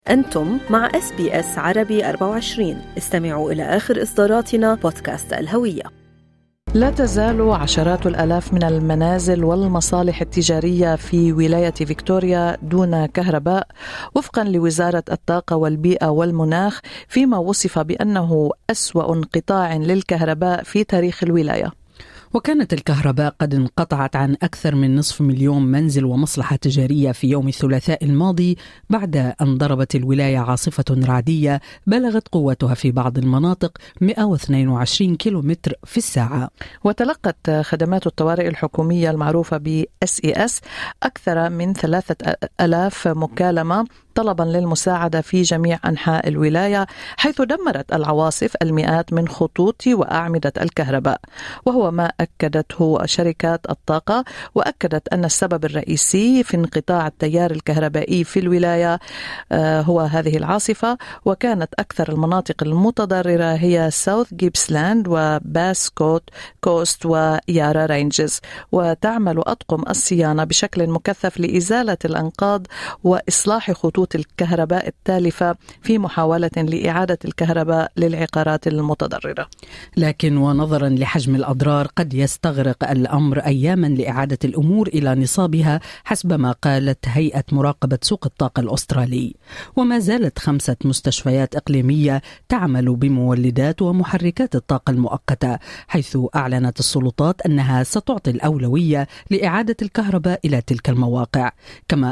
أنتم مع SBS عربي 24. استمعوا إلى آخر إصداراتنا بودكاست الهوية. لا تزال عشرات الآلاف من المنازل والمصالح التجارية في ولاية فيكتوريا دون كهرباء وفقا لوزارة الطاقة والبيئة والمناخ، فيما وصف بأنه أسوأ انقطاع للكهرباء في تاريخ الولاية. وكانت الكهرباء قد انقطعت عن أكثر من 500,000 منزل ومصلحة تجارية في يوم الثلاثاء الماضي بعد أن ضربت الولاية عاصفة رعدية بلغت قوتها في بعض المناطق 122 كيلومتر في الساعة. وتلقت خدمات الطوارئ الحكومية المعروفة ب SES أكثر من 3,000 مكالمة طلبا للمساعدة في جميع أنحاء الولاية، حيث دمرت العواصف المئات من خطوط وأعمدة الكهرباء، وهو ما أكدته شركات الطاقة، وأكدت أن السبب الرئيسي في انقطاع التيار الكهربائي في الولاية هو هذه العاصفة. وكانت أكثر المناطق المتضررة هي ساوث جيبسلاند وباس كوست ويارا رينجز، وتعمل أطقم الصيانة بشكل مكثف لإزالة الأنقاض وإصلاح خطوط الكهرباء التالفة في محاولة لإعادة الكهرباء للعقارات المتضررة. لكن ونظرا لحجم الأضرار قد يستغرق الأمر أياما لإعادة الأمور إلى نصابها حسب ما قالت هيئة مراقبة سوق الطاقة الأسترالي. وما زالت 5 مستشفيات إقليمية تعمل بمولدات ومحركات الطاقة المؤقتة، حيث أعلنت السلطات أنها ستعطي الأولوية لإعادة الكهرباء إلى تلك المواقع، كما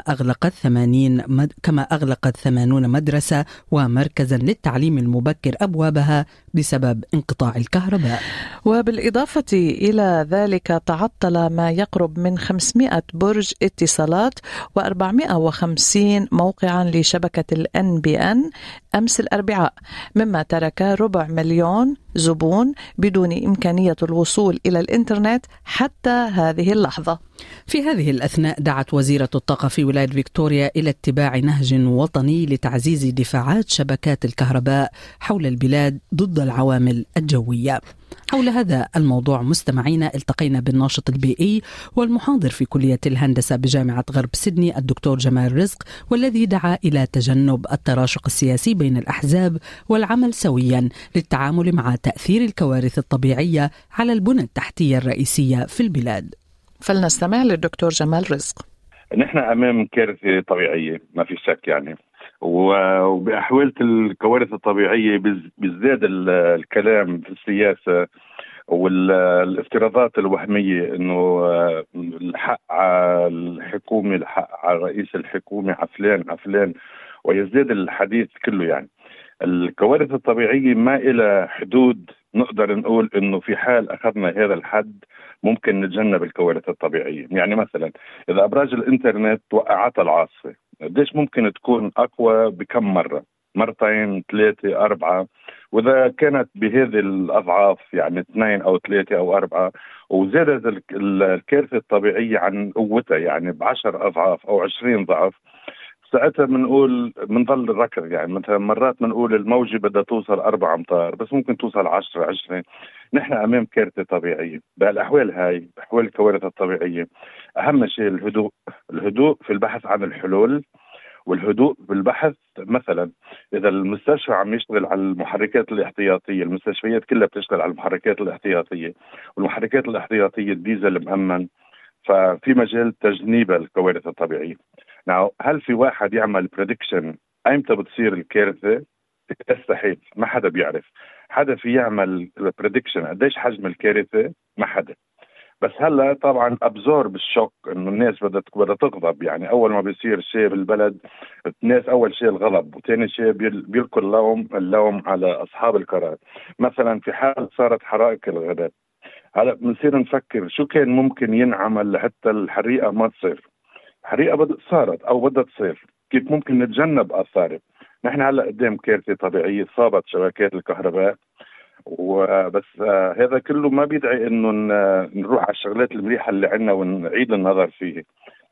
أغلقت 80 مدرسة ومركزا للتعليم المبكر أبوابها بسبب انقطاع الكهرباء. وبالإضافة إلى ذلك تعطل ما يقرب من 500 برج اتصالات و450 موقعا لشبكة NBN أمس الأربعاء، مما ترك 250,000 زبون بدون إمكانية الوصول إلى الإنترنت حتى هذه اللحظة. في هذه الأثناء دعت وزيرة الطاقة في ولاية فيكتوريا إلى اتباع نهج وطني لتعزيز دفاعات شبكات الكهرباء حول البلاد ضد العوامل الجوية. حول هذا الموضوع مستمعينا التقينا بالناشط البيئي والمحاضر في كلية الهندسة بجامعة غرب سيدني الدكتور جمال رزق، والذي دعا إلى تجنب التراشق السياسي بين الأحزاب والعمل سويا للتعامل مع تأثير الكوارث الطبيعية على البنى التحتية الرئيسية في البلاد. فلنستمع للدكتور جمال رزق. نحن أمام كارثة طبيعية ما في شك يعني، وبأحوال الكوارث الطبيعية بيزداد الكلام في السياسة والافتراضات الوهمية إنه الحق على الحكومة، الحق على رئيس الحكومة، على فلان، ويزداد الحديث كله. يعني الكوارث الطبيعية ما إلى حدود نقدر نقول إنه في حال أخذنا هذا الحد ممكن نتجنب الكوارث الطبيعية. يعني مثلا إذا أبراج الإنترنت وقعتها العاصفة، قديش ممكن تكون أقوى بكم مرة؟ 2 3 4، وإذا كانت بهذه الأضعاف يعني 2 أو 3 أو 4 وزادت الكارثة الطبيعية عن قوتها يعني ب10 أضعاف أو 20 ضعف، ساعتها بنضل الركض. يعني مثلا مرات بنقول الموجة بدها توصل 4 أمتار، بس ممكن توصل 10 20. نحن أمام كارثة طبيعية. بالأحوال هاي، أحوال الكوارث الطبيعية، أهم شيء الهدوء في البحث عن الحلول، والهدوء بالبحث. مثلا إذا المستشفى عم يشتغل على المحركات الاحتياطية، المستشفيات كلها بتشتغل على المحركات الاحتياطية، والمحركات الاحتياطية الديزل مأمن، ففي مجال تجنيب الكوارث الطبيعية. هل في واحد يعمل بريدكشن ايمتى بتصير الكارثة؟ يستحيل، ما حدا بيعرف. حدا في يعمل بريدكشن قديش حجم الكارثة؟ ما حدا. بس هلا طبعا ابزورب الشوك انه الناس بدها تغضب. يعني اول ما بيصير شيء بالبلد الناس اول شيء الغضب، وثاني شيء بيلقوا اللوم على اصحاب القرار. مثلا في حال صارت حرائق الغابات، هلا بنصير نفكر شو كان ممكن ينعمل لحتى الحريقه ما تصير. حريقه صارت او بدها تصير، كيف ممكن نتجنب اثارها؟ نحن هلا قدام كارثه طبيعيه صابت شبكات الكهرباء، وبس هذا كله ما بيدعي انه نروح على الشغلات المريحه اللي عندنا ونعيد النظر فيه.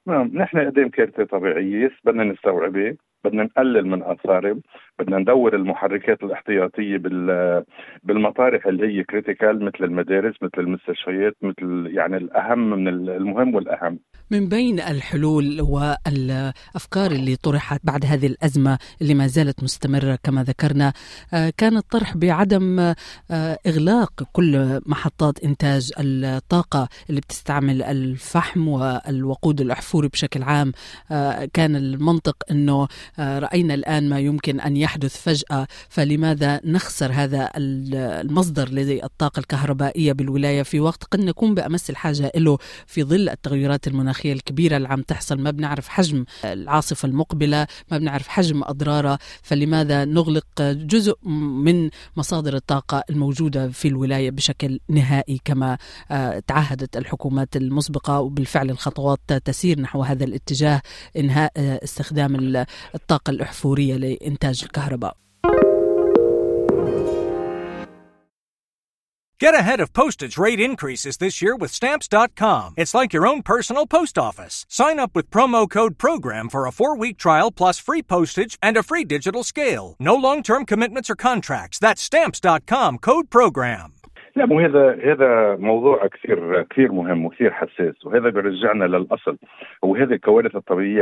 نعم، نحن قدام كارثة طبيعية بدنا نستوعبها، بدنا نقلل من آثارها، بدنا ندور المحركات الاحتياطية بالمطارح اللي هي كريتيكال، مثل المدارس، مثل المستشفيات، مثل يعني الأهم من المهم والأهم. من بين الحلول والأفكار اللي طرحت بعد هذه الأزمة اللي ما زالت مستمرة كما ذكرنا، كان الطرح بعدم إغلاق كل محطات إنتاج الطاقة اللي بتستعمل الفحم والوقود الأحفوري بشكل عام. كان المنطق أنه رأينا الآن ما يمكن أن يحدث فجأة، فلماذا نخسر هذا المصدر للطاقة الكهربائية بالولاية في وقت قد نكون بأمس الحاجة له في ظل التغيرات المناخية الكبيرة اللي عم تحصل؟ ما بنعرف حجم العاصفة المقبلة، ما بنعرف حجم أضرارها، فلماذا نغلق جزء من مصادر الطاقة الموجودة في الولاية بشكل نهائي كما تعهدت الحكومات المسبقة؟ وبالفعل الخطوات تسير نحو هذا الاتجاه، إنهاء استخدام الطاقة الأحفورية لإنتاج الكهرباء. Get ahead of postage rate increases this year with Stamps.com. It's like your own personal post office. Sign up with promo code PROGRAM for a 4-week trial plus free postage and a free digital scale. No long-term commitments or contracts. That's Stamps.com, code PROGRAM. لا، مو هذا موضوع كثير مهم وكثير حساس، وهذا بيرجعنا للأصل. وهذه الكوارث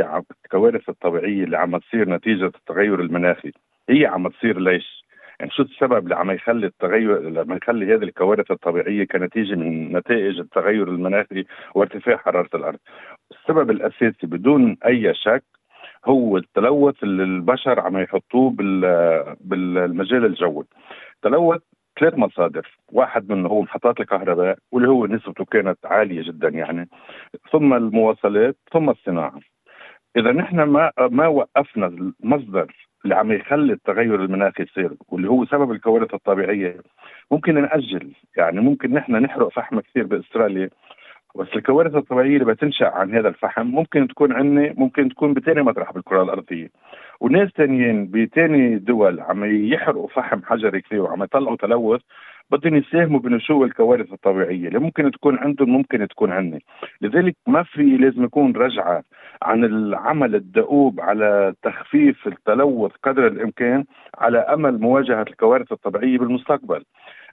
الطبيعية اللي عم تصير نتيجة التغير المناخي هي عم تصير ليش؟ يعني شو السبب اللي عم يخلي لما يخلي هذه الكوارث الطبيعية كنتيجة من نتائج التغير المناخي وارتفاع حرارة الأرض؟ السبب الأساسي بدون أي شك هو التلوث اللي البشر عم يحطوه بالمجال الجوي. تلوث 3 مصادر، واحد منه هو محطات الكهرباء واللي هو نسبته كانت عالية جدا يعني، ثم المواصلات، ثم الصناعة. إذا نحن ما وقفنا المصدر اللي عم يخلي التغير المناخي يصير واللي هو سبب الكوارث الطبيعية، ممكن نأجل. يعني ممكن نحن نحرق فحم كثير بأستراليا، بس الكوارث الطبيعية اللي بتنشأ عن هذا الفحم ممكن تكون بتاني مطرح بالكرة الأرضية، وناس تانيين بتاني دول عم يحرقوا فحم حجري كثير وعم يطلعوا تلوث، بدهم يساهموا بنشوء الكوارث الطبيعية اللي ممكن تكون عندهم ممكن تكون عندنا. لذلك ما في لازم يكون رجعة عن العمل الدؤوب على تخفيف التلوث قدر الإمكان على أمل مواجهة الكوارث الطبيعية بالمستقبل.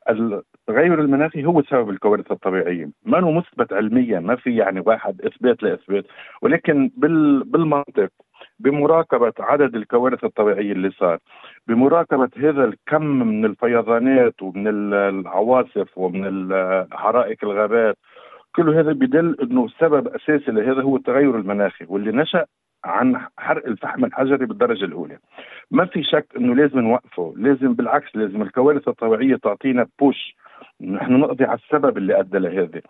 التغير المناخي هو سبب الكوارث الطبيعية، ما هو مثبت علميا، ما في يعني واحد إثبات لإثبات، ولكن بالمنطق، بمراقبة عدد الكوارث الطبيعية اللي صار، بمراقبة هذا الكم من الفيضانات ومن العواصف ومن حرائق الغابات، كل هذا بدل أنه السبب أساسي لهذا هو التغير المناخي واللي نشأ عن حرق الفحم الحجري بالدرجة الأولى. ما في شك أنه لازم نوقفه، لازم بالعكس، لازم الكوارث الطبيعية تعطينا بوش، نحن نقضي على السبب اللي أدى لهذا،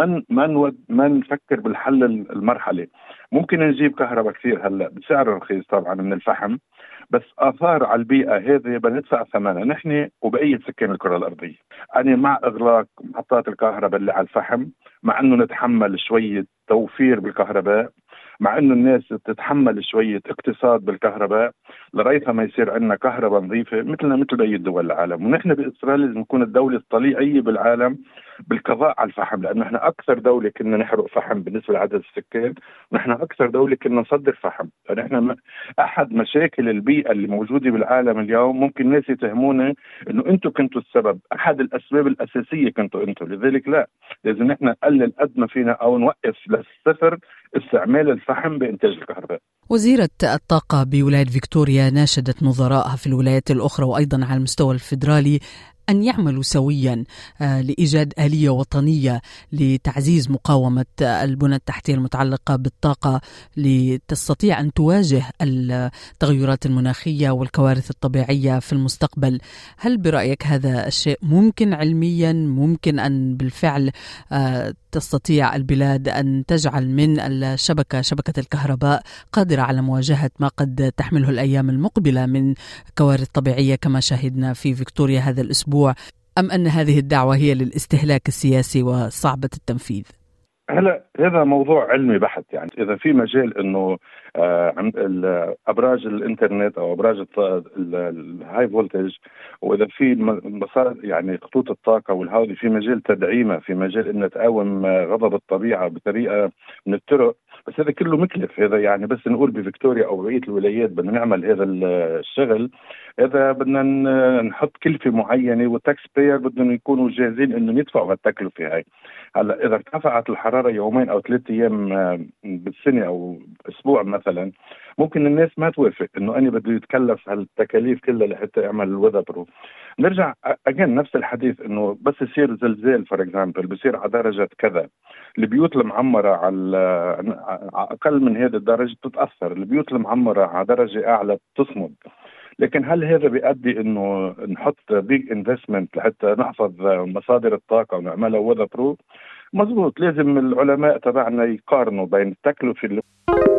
ما نفكر بالحل المرحلي. ممكن نجيب كهرباء كثير هلأ بسعر رخيص طبعا من الفحم، بس آثار على البيئة هذه بندفع ثمنها نحن وبقية سكان الكرة الأرضية. أنا مع إغلاق محطات الكهرباء اللي على الفحم، مع أنه نتحمل شوية توفير بالكهرباء، مع أنه الناس تتحمل شوية اقتصاد بالكهرباء لغاية ما يصير عندنا كهرباء نظيفة مثل باقي دول العالم. ونحن بإسرائيل لازم نكون الدولة الطليعية بالعالم بالقضاء على الفحم، لأنه نحن أكثر دولة كنا نحرق فحم بالنسبة لعدد السكان، ونحن أكثر دولة كنا نصدر فحم. فنحن أحد مشاكل البيئة اللي موجودة بالعالم اليوم ممكن الناس يتهمونا إنه أنتم كنتوا السبب، أحد الأسباب الأساسية كنتوا أنتم. لذلك لا، لازم نحن نقلل قد ما فينا أو نوقف للصفر استعمال الفحم بإنتاج الكهرباء. وزيرة الطاقة بولاية فيكتوريا ناشدت نظرائها في الولايات الأخرى وأيضا على المستوى الفيدرالي أن يعملوا سويا لإيجاد آلية وطنية لتعزيز مقاومة البنى التحتية المتعلقة بالطاقة لتستطيع أن تواجه التغيرات المناخية والكوارث الطبيعية في المستقبل. هل برأيك هذا الشيء ممكن علميا؟ ممكن أن بالفعل تستطيع البلاد أن تجعل من شبكة الكهرباء قادرة على مواجهة ما قد تحمله الأيام المقبلة من كوارث طبيعية كما شاهدنا في فيكتوريا هذا الأسبوع، أم أن هذه الدعوة هي للاستهلاك السياسي وصعبة التنفيذ؟ هلا هذا موضوع علمي بحت. يعني إذا في مجال إنه أبراج الإنترنت أو أبراج الهاي فولتج، وإذا في يعني خطوط الطاقة والهودي في مجال تدعيمها، في مجال إن تقاوم غضب الطبيعة بطريقة من الطرق، بس هذا كله مكلف. هذا يعني بس نقول بفيكتوريا أو بقية الولايات بدنا نعمل هذا الشغل، هذا بدنا نحط كلفة معينة، والتاكس باير بدهم يكونوا جاهزين إنه يدفعوا هالتكلفة هاي. هلا إذا ارتفعت الحرارة يومين أو 3 أيام بالسنة أو أسبوع مثلا، ممكن الناس ما توافق إنه أنا بده يتكلف هالتكاليف كلها لحتى يعمل الوذر بروف. نرجع أجن نفس الحديث إنه بس يصير زلزال فور إكزامبل بصير على درجة كذا، البيوت المعمرة على أقل من هذه الدرجة بتتأثر، البيوت المعمرة على درجة أعلى بتصمد. لكن هل هذا بيؤدي إنه نحط بيج انفستمنت لحتى نحفظ مصادر الطاقة ونعملها وذر بروف؟ مزبوط. لازم العلماء تبعنا يقارنوا بين التكلفة